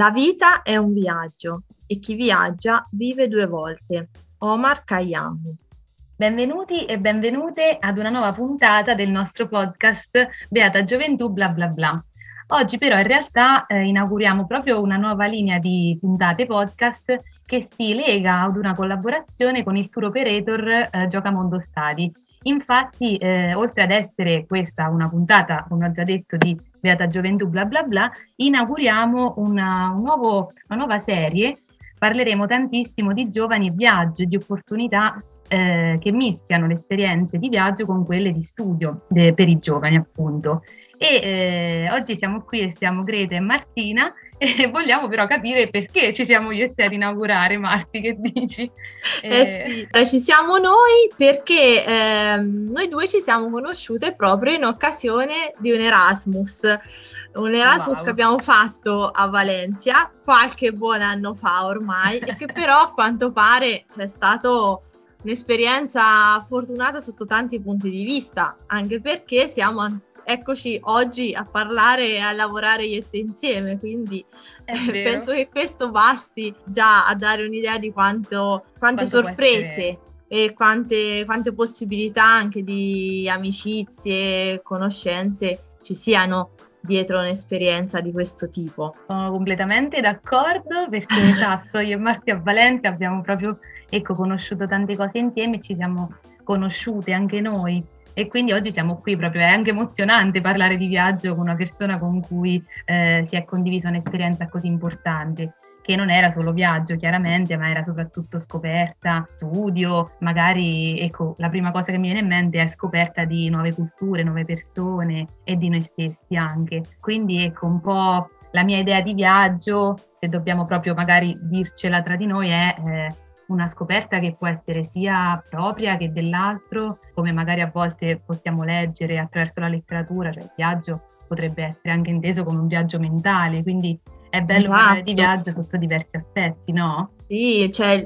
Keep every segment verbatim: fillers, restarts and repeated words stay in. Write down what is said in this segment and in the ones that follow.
La vita è un viaggio e chi viaggia vive due volte. Omar Khayyam. Benvenuti e benvenute ad una nuova puntata del nostro podcast Beata Gioventù bla bla bla. Oggi però in realtà eh, inauguriamo proprio una nuova linea di puntate podcast che si lega ad una collaborazione con il tour operator eh, Giocamondo Stadi. Infatti, eh, oltre ad essere questa una puntata, come ho già detto, di Beata Gioventù bla bla bla, inauguriamo una, un nuovo, una nuova serie. Parleremo tantissimo di giovani e viaggio, di opportunità eh, che mischiano le esperienze di viaggio con quelle di studio de, per i giovani, appunto. E eh, oggi siamo qui e siamo Greta e Martina e vogliamo però capire perché ci siamo io e te ad inaugurare. Marti, che dici? Eh, eh sì, ci siamo noi perché ehm, noi due ci siamo conosciute proprio in occasione di un Erasmus. Un Erasmus wow. che abbiamo fatto a Valencia qualche buon anno fa ormai e che però a quanto pare c'è stato un'esperienza fortunata sotto tanti punti di vista, anche perché siamo eccoci oggi a parlare e a lavorare io e te insieme, quindi penso che questo basti già a dare un'idea di quanto quante Quanto sorprese e quante, quante possibilità anche di amicizie, conoscenze ci siano dietro un'esperienza di questo tipo. Sono completamente d'accordo perché esatto, io e Marti a Valencia abbiamo proprio ecco conosciuto tante cose insieme e ci siamo conosciute anche noi e quindi oggi siamo qui proprio, è anche emozionante parlare di viaggio con una persona con cui eh, si è condivisa un'esperienza così importante, che non era solo viaggio chiaramente, ma era soprattutto scoperta, studio, magari ecco la prima cosa che mi viene in mente è scoperta di nuove culture, nuove persone e di noi stessi anche, quindi ecco un po' la mia idea di viaggio, se dobbiamo proprio magari dircela tra di noi, è eh, una scoperta che può essere sia propria che dell'altro, come magari a volte possiamo leggere attraverso la letteratura, cioè il viaggio potrebbe essere anche inteso come un viaggio mentale, quindi è bello esatto. parlare di viaggio sotto diversi aspetti, no? Sì, cioè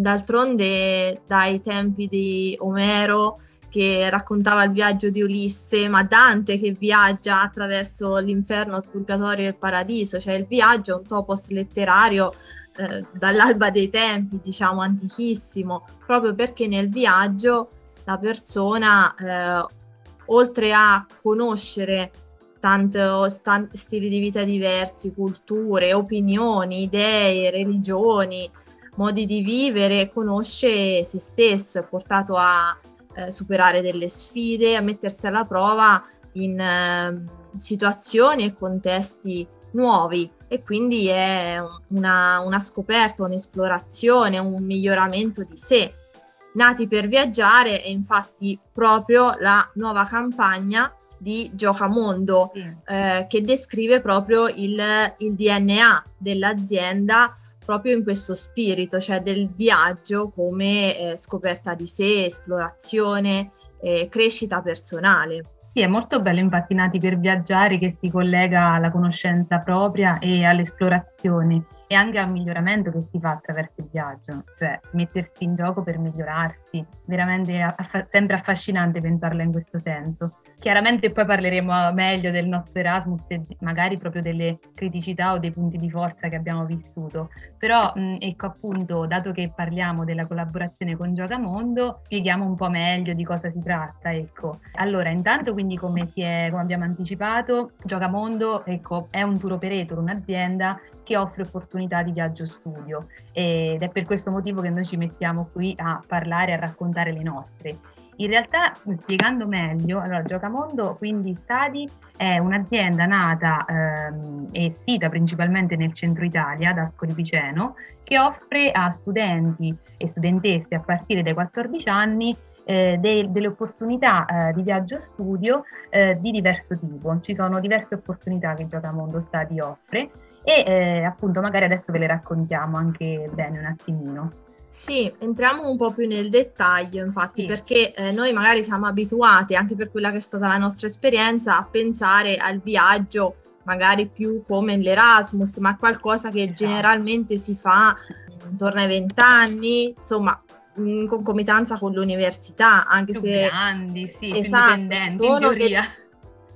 d'altronde dai tempi di Omero che raccontava il viaggio di Ulisse, ma Dante che viaggia attraverso l'inferno, il purgatorio e il paradiso, cioè il viaggio è un topos letterario eh, dall'alba dei tempi, diciamo antichissimo, proprio perché nel viaggio la persona, eh, oltre a conoscere tanti st- stili di vita diversi, culture, opinioni, idee, religioni, modi di vivere, conosce se stesso, è portato a eh, superare delle sfide, a mettersi alla prova in eh, situazioni e contesti nuovi e quindi è una, una scoperta, un'esplorazione, un miglioramento di sé. Nati per viaggiare è infatti proprio la nuova campagna di Giocamondo sì. eh, che descrive proprio il, il D N A dell'azienda proprio in questo spirito, cioè del viaggio come eh, scoperta di sé, esplorazione, eh, crescita personale. Sì, è molto bello infatti Nati per viaggiare che si collega alla conoscenza propria e all'esplorazione e anche al miglioramento che si fa attraverso il viaggio, cioè mettersi in gioco per migliorarsi, veramente aff- sempre affascinante pensarla in questo senso. Chiaramente poi parleremo meglio del nostro Erasmus e magari proprio delle criticità o dei punti di forza che abbiamo vissuto, però mh, ecco appunto, dato che parliamo della collaborazione con Giocamondo, spieghiamo un po' meglio di cosa si tratta, ecco. Allora, intanto quindi come, si è, come abbiamo anticipato, Giocamondo ecco, è un tour operator, un'azienda che offre opportunità di viaggio studio ed è per questo motivo che noi ci mettiamo qui a parlare, a raccontare le nostre. In realtà, spiegando meglio, allora Giocamondo quindi Stadi è un'azienda nata ehm, e sita principalmente nel centro Italia, ad Ascoli Piceno, che offre a studenti e studentesse a partire dai quattordici anni eh, de- delle opportunità eh, di viaggio studio eh, di diverso tipo. Ci sono diverse opportunità che Giocamondo Stadi offre e eh, appunto magari adesso ve le raccontiamo anche bene un attimino. Sì, entriamo un po' più nel dettaglio, infatti, sì. perché eh, noi magari siamo abituati, anche per quella che è stata la nostra esperienza, a pensare al viaggio magari più come l'Erasmus, ma qualcosa che esatto. generalmente si fa intorno ai vent'anni, insomma, in concomitanza con l'università, anche più se grandi, sì, esatto, più indipendenti, sono in teoria. De-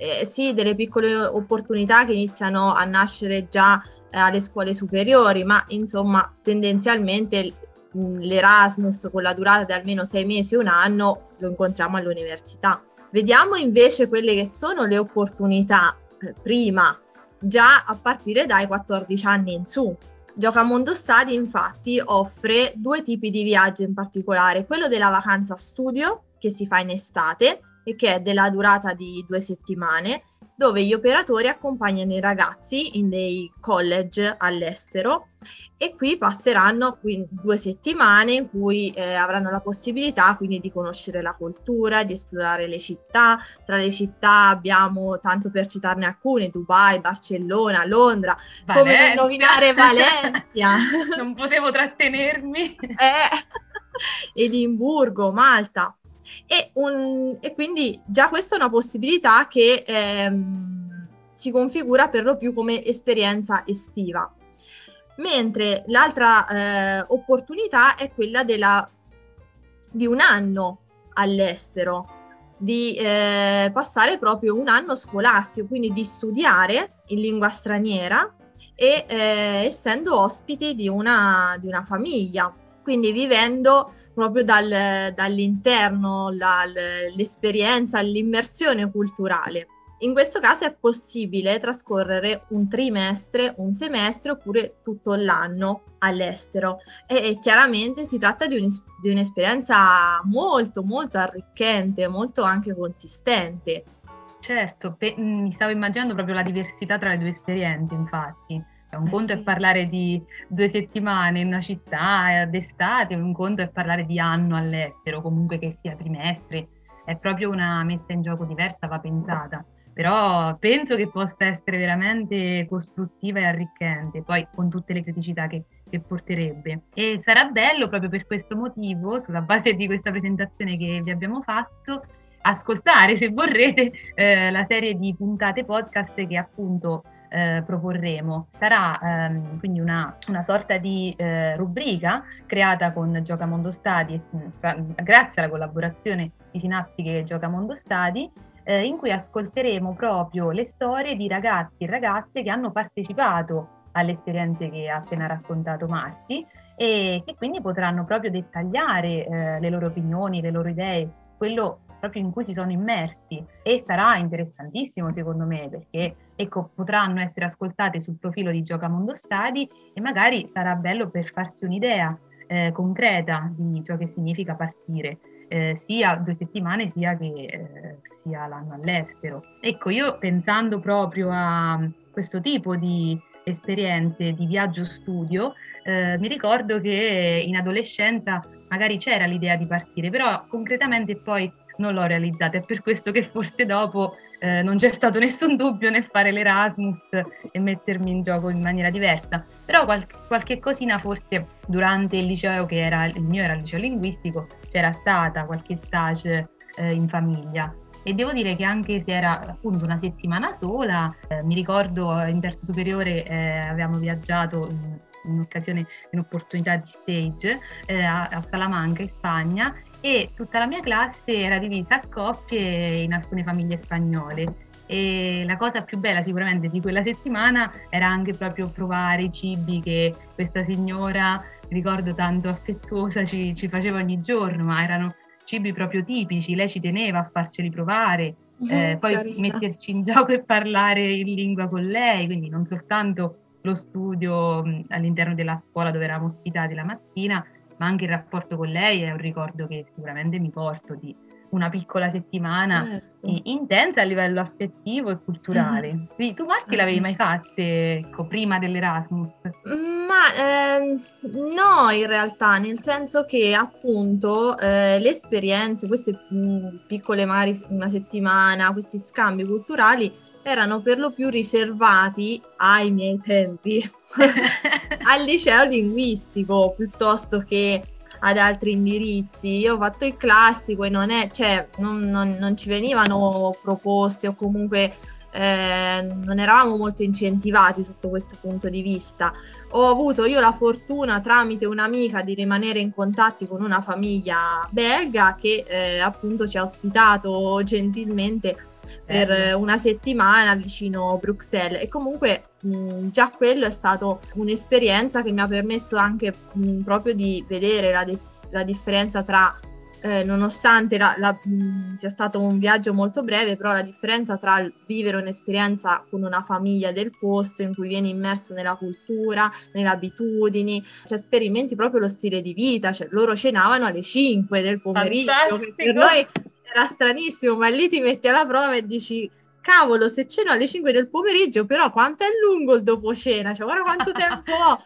eh, sì, delle piccole opportunità che iniziano a nascere già eh, alle scuole superiori, ma insomma tendenzialmente mh, l'Erasmus con la durata di almeno sei mesi, un anno, lo incontriamo all'università. Vediamo invece quelle che sono le opportunità eh, prima, già a partire dai quattordici anni in su. Giocamondo Study infatti offre due tipi di viaggio in particolare, quello della vacanza studio che si fa in estate e che è della durata di due settimane, dove gli operatori accompagnano i ragazzi in dei college all'estero e qui passeranno quindi due settimane in cui eh, avranno la possibilità quindi di conoscere la cultura, di esplorare le città. Tra le città abbiamo, tanto per citarne alcune, Dubai, Barcellona, Londra, Valencia. Come non nominare Valencia. Non potevo trattenermi. eh, Edimburgo, Malta. E, un, e quindi già questa è una possibilità che ehm, si configura per lo più come esperienza estiva. Mentre l'altra eh, opportunità è quella della, di un anno all'estero, di eh, passare proprio un anno scolastico, quindi di studiare in lingua straniera e eh, essendo ospiti di una, di una famiglia, quindi vivendo proprio dal, dall'interno la, l'esperienza, l'immersione culturale. In questo caso è possibile trascorrere un trimestre, un semestre oppure tutto l'anno all'estero e, e chiaramente si tratta di, un, di un'esperienza molto molto arricchente, molto anche consistente. Certo, pe- mi stavo immaginando proprio la diversità tra le due esperienze, infatti. Un eh conto sì. è parlare di due settimane in una città d'estate, un conto è parlare di anno all'estero, comunque che sia trimestre, è proprio una messa in gioco diversa, va pensata. Però penso che possa essere veramente costruttiva e arricchente, poi con tutte le criticità che, che porterebbe. E sarà bello proprio per questo motivo, sulla base di questa presentazione che vi abbiamo fatto, ascoltare, se vorrete, eh, la serie di puntate podcast che appunto eh, proporremo. Sarà ehm, quindi una, una sorta di eh, rubrica creata con Giocamondo Study, grazie alla collaborazione di Sinaptiche e Giocamondo Study, eh, in cui ascolteremo proprio le storie di ragazzi e ragazze che hanno partecipato alle esperienze che ha appena raccontato Marti e che quindi potranno proprio dettagliare eh, le loro opinioni, le loro idee, quello proprio in cui si sono immersi, e sarà interessantissimo secondo me perché ecco, potranno essere ascoltate sul profilo di Giocamondo Study e magari sarà bello per farsi un'idea eh, concreta di ciò che significa partire, eh, sia due settimane sia che eh, sia l'anno all'estero. Ecco, io pensando proprio a questo tipo di esperienze di viaggio studio, eh, mi ricordo che in adolescenza magari c'era l'idea di partire, però concretamente poi non l'ho realizzata, è per questo che forse dopo eh, non c'è stato nessun dubbio nel fare l'Erasmus e mettermi in gioco in maniera diversa, però qual- qualche cosina forse durante il liceo, che era il mio era il liceo linguistico, c'era stata qualche stage eh, in famiglia. E devo dire che anche se era appunto una settimana sola, eh, mi ricordo in terzo superiore eh, avevamo viaggiato in, in un'occasione, in un'opportunità di stage eh, a, a Salamanca in Spagna, e tutta la mia classe era divisa a coppie in alcune famiglie spagnole. E la cosa più bella sicuramente di quella settimana era anche proprio provare i cibi che questa signora, ricordo tanto affettuosa, ci, ci faceva ogni giorno, ma erano cibi proprio tipici, lei ci teneva a farceli provare, eh, poi Carina. metterci in gioco e parlare in lingua con lei, quindi non soltanto lo studio mh, all'interno della scuola dove eravamo ospitati la mattina, ma anche il rapporto con lei è un ricordo che sicuramente mi porto di una piccola settimana certo. intensa a livello affettivo e culturale. Quindi tu Marti l'avevi mai fatte, ecco, prima dell'Erasmus? Ma ehm, no, in realtà, nel senso che appunto eh, le esperienze, queste mh, piccole magari una settimana, questi scambi culturali erano per lo più riservati ai miei tempi, al liceo linguistico piuttosto che ad altri indirizzi. Io ho fatto il classico e non è, cioè non, non, non ci venivano proposte o comunque eh, non eravamo molto incentivati sotto questo punto di vista. Ho avuto io la fortuna tramite un'amica di rimanere in contatti con una famiglia belga che eh, appunto ci ha ospitato gentilmente per Bello. una settimana vicino Bruxelles, e comunque mh, già quello è stato un'esperienza che mi ha permesso anche mh, proprio di vedere la, di- la differenza tra eh, nonostante la, la, mh, sia stato un viaggio molto breve, però la differenza tra il vivere un'esperienza con una famiglia del posto in cui vieni immerso nella cultura, nelle abitudini, cioè sperimenti proprio lo stile di vita, cioè loro cenavano alle cinque del pomeriggio, che per Fantastico! noi era stranissimo, ma lì ti metti alla prova e dici cavolo, se ceno alle cinque del pomeriggio, però quanto è lungo il dopo cena, cioè guarda quanto tempo ho.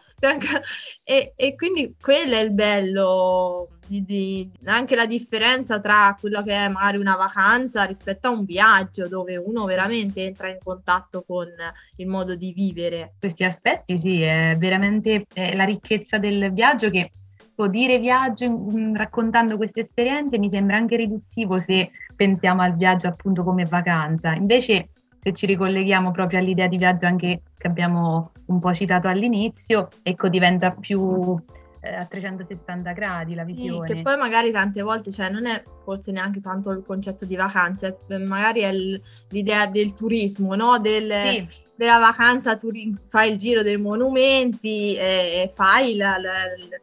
E, e quindi quello è il bello, di, di- anche la differenza tra quello che è magari una vacanza rispetto a un viaggio, dove uno veramente entra in contatto con il modo di vivere. Questi aspetti, sì, è veramente è la ricchezza del viaggio che può dire viaggio mm, raccontando queste esperienze mi sembra anche riduttivo se pensiamo al viaggio appunto come vacanza. Invece, se ci ricolleghiamo proprio all'idea di viaggio anche che abbiamo un po' citato all'inizio, ecco, diventa più eh, a trecentosessanta gradi la Sì, che visione. poi magari tante volte, cioè non è forse neanche tanto il concetto di vacanze, è- magari è il- l'idea del turismo, no? Del- Sì, della vacanza, tu ri- fai il giro dei monumenti e, e fai la, la-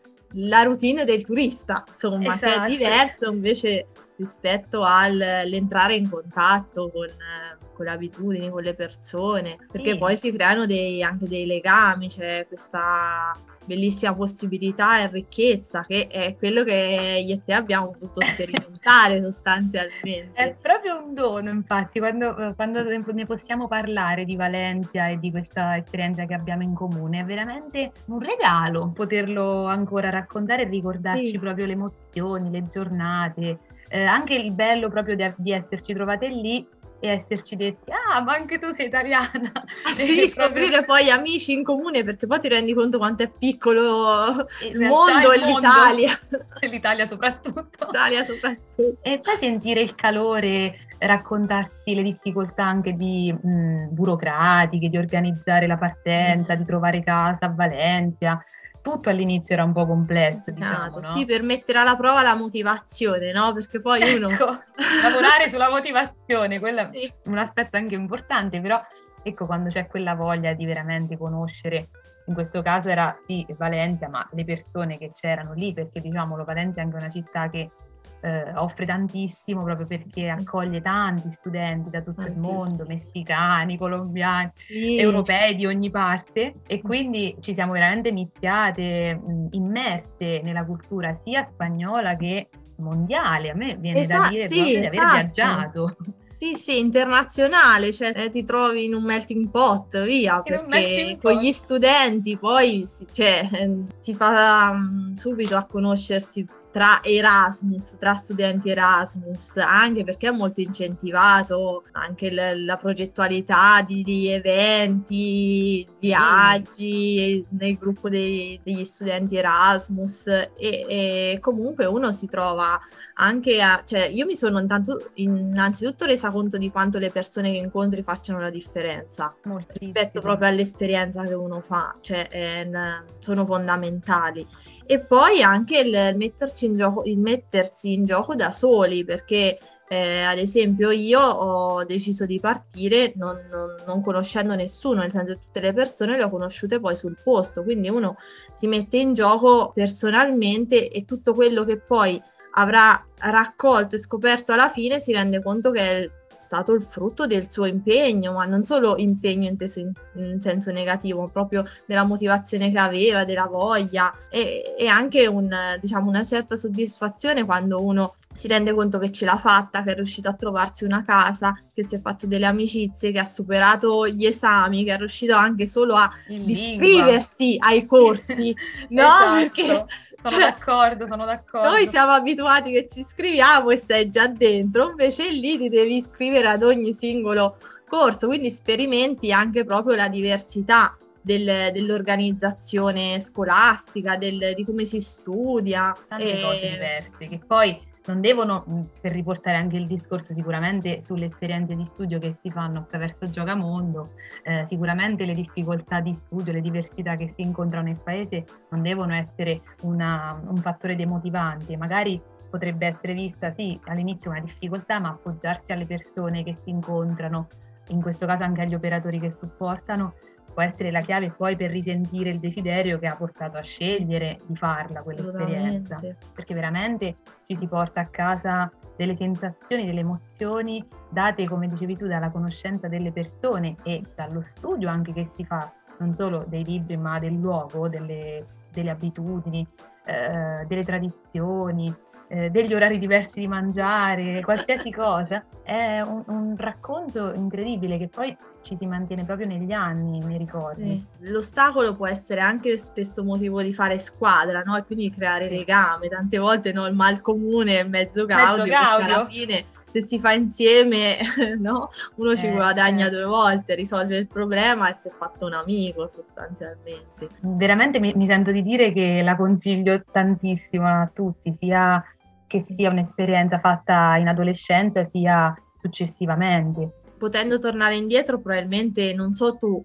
la routine del turista, insomma, che è esatto. diverso invece rispetto all'entrare in contatto con, eh, con le abitudini, con le persone, perché Sì. poi si creano dei- anche dei legami, c'è questa bellissima possibilità e ricchezza che è quello che io e te abbiamo potuto sperimentare È sostanzialmente. proprio un dono, infatti, quando, eh, quando ne possiamo parlare di Valencia e di questa esperienza che abbiamo in comune, è veramente un regalo poterlo ancora raccontare e ricordarci Sì, proprio le emozioni, le giornate, eh, anche il bello proprio di, di esserci trovate lì e esserci detti, ah, ma anche tu sei italiana. ah, È sì, proprio scoprire poi amici in comune perché poi ti rendi conto quanto è piccolo in il realtà mondo il e mondo, l'Italia, e l'Italia soprattutto. l'Italia soprattutto. E poi sentire il calore, raccontarsi le difficoltà anche di mh, burocratiche, di organizzare la partenza, Mm. di trovare casa a Valencia. Tutto all'inizio era un po' complesso, diciamo, Complicato. Sì, no? per mettere alla prova la motivazione, no? Perché poi uno... Ecco, lavorare sulla motivazione, quello è Sì. un aspetto anche importante, però ecco, quando c'è quella voglia di veramente conoscere, in questo caso era sì Valencia, ma le persone che c'erano lì, perché diciamolo, Valencia è anche una città che eh, offre tantissimo proprio perché accoglie tanti studenti da tutto il mondo, Tantissimo. messicani, colombiani, Sì. europei di ogni parte, e quindi ci siamo veramente mischiate, mh, immerse nella cultura sia spagnola che mondiale. A me viene da Esa- dire sì, proprio di aver esatto. viaggiato Sì, sì, internazionale, cioè eh, ti trovi in un melting pot, via, in un perché melting con gli pot. studenti poi si, cioè, eh, si fa mm, subito a conoscersi tra Erasmus, tra studenti Erasmus, anche perché è molto incentivato anche l- la progettualità di, di eventi, Sì, viaggi nel gruppo dei- degli studenti Erasmus e, e comunque uno si trova anche a, cioè io mi sono intanto, innanzitutto resa conto di quanto le persone che incontri facciano la differenza rispetto moltissimo. proprio all'esperienza che uno fa, cioè eh, n- sono fondamentali. E poi anche il, il metterci in gioco, il mettersi in gioco da soli, perché eh, ad esempio io ho deciso di partire non, non- non conoscendo nessuno, nel senso che tutte le persone le ho conosciute poi sul posto, quindi uno si mette in gioco personalmente e tutto quello che poi avrà raccolto e scoperto alla fine si rende conto che è stato il frutto del suo impegno, ma non solo impegno inteso in, in senso negativo, ma proprio della motivazione che aveva, della voglia e, e anche un, diciamo, una certa soddisfazione quando uno si rende conto che ce l'ha fatta, che è riuscito a trovarsi una casa, che si è fatto delle amicizie, che ha superato gli esami, che è riuscito anche solo a In lingua. iscriversi ai corsi, no? Perché Esatto, sono cioè, d'accordo, sono noi d'accordo. siamo abituati che ci iscriviamo e sei già dentro, invece lì ti devi iscrivere ad ogni singolo corso, quindi sperimenti anche proprio la diversità del- dell'organizzazione scolastica, del- di come si studia. Tante cose E... diverse che poi non devono, mh, per riportare anche il discorso sicuramente sulle esperienze di studio che si fanno attraverso Giocamondo, eh, sicuramente le difficoltà di studio, le diversità che si incontrano nel paese non devono essere una, un fattore demotivante, magari potrebbe essere vista sì all'inizio una difficoltà, ma appoggiarsi alle persone che si incontrano, in questo caso anche agli operatori che supportano, può essere la chiave poi per risentire il desiderio che ha portato a scegliere di farla quell'esperienza, perché veramente ci si porta a casa delle sensazioni, delle emozioni date, come dicevi tu, dalla conoscenza delle persone e dallo studio anche che si fa, non solo dei libri ma del luogo, delle, delle abitudini, eh, delle tradizioni, eh, degli orari diversi di mangiare, qualsiasi cosa. È un, un racconto incredibile che poi ci si mantiene proprio negli anni, nei ricordi. Sì. L'ostacolo può essere anche spesso motivo di fare squadra, no? E quindi creare Sì. legame. Tante volte no, il mal comune è mezzo gaudio, mezzo gaudio. perché alla fine se si fa insieme, no? Uno eh, ci guadagna certo. due volte, risolve il problema e si è fatto un amico sostanzialmente. Veramente mi, mi sento di dire che la consiglio tantissimo a tutti, sia che sia un'esperienza fatta in adolescenza sia successivamente. Potendo tornare indietro, probabilmente, non so tu,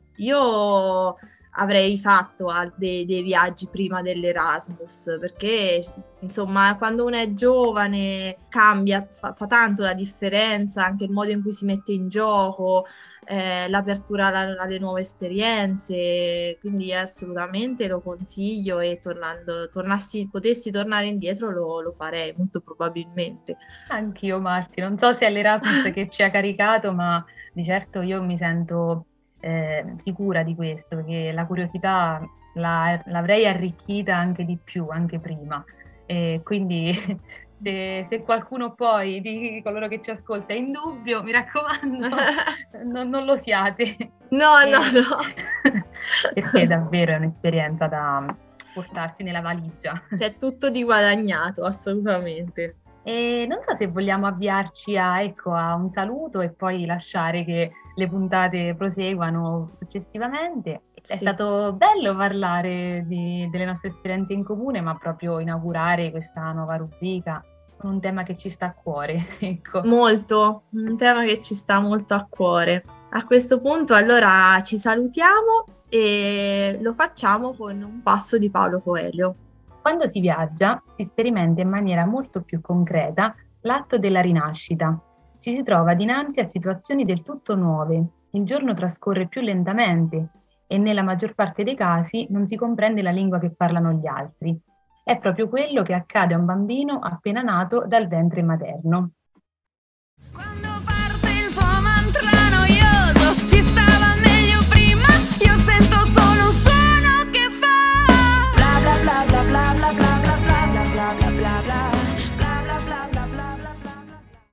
io avrei fatto dei, dei viaggi prima dell'Erasmus, perché insomma quando uno è giovane cambia, fa, fa tanto la differenza, anche il modo in cui si mette in gioco, eh, l'apertura alla, alle nuove esperienze, quindi assolutamente lo consiglio e tornando, tornassi, potessi tornare indietro lo, lo farei molto probabilmente. Anch'io Marti, non so se è l'Erasmus che ci ha caricato, ma di certo io mi sento eh, sicura di questo, che la curiosità la, l'avrei arricchita anche di più, anche prima. E quindi se, se qualcuno poi di coloro che ci ascolta è in dubbio, mi raccomando, non, non lo siate. No, e, no, no. Perché davvero è un'esperienza da portarsi nella valigia. C'è tutto di guadagnato, assolutamente. E non so se vogliamo avviarci a, ecco, a un saluto e poi lasciare che le puntate proseguano successivamente. È sì. stato bello parlare di, delle nostre esperienze in comune, ma proprio inaugurare questa nuova rubrica con un tema che ci sta a cuore. Ecco. Molto, un tema che ci sta molto a cuore. A questo punto allora ci salutiamo e lo facciamo con un passo di Paulo Coelho. Quando si viaggia si sperimenta in maniera molto più concreta l'atto della rinascita. Ci si trova dinanzi a situazioni del tutto nuove, il giorno trascorre più lentamente e nella maggior parte dei casi non si comprende la lingua che parlano gli altri. È proprio quello che accade a un bambino appena nato dal ventre materno.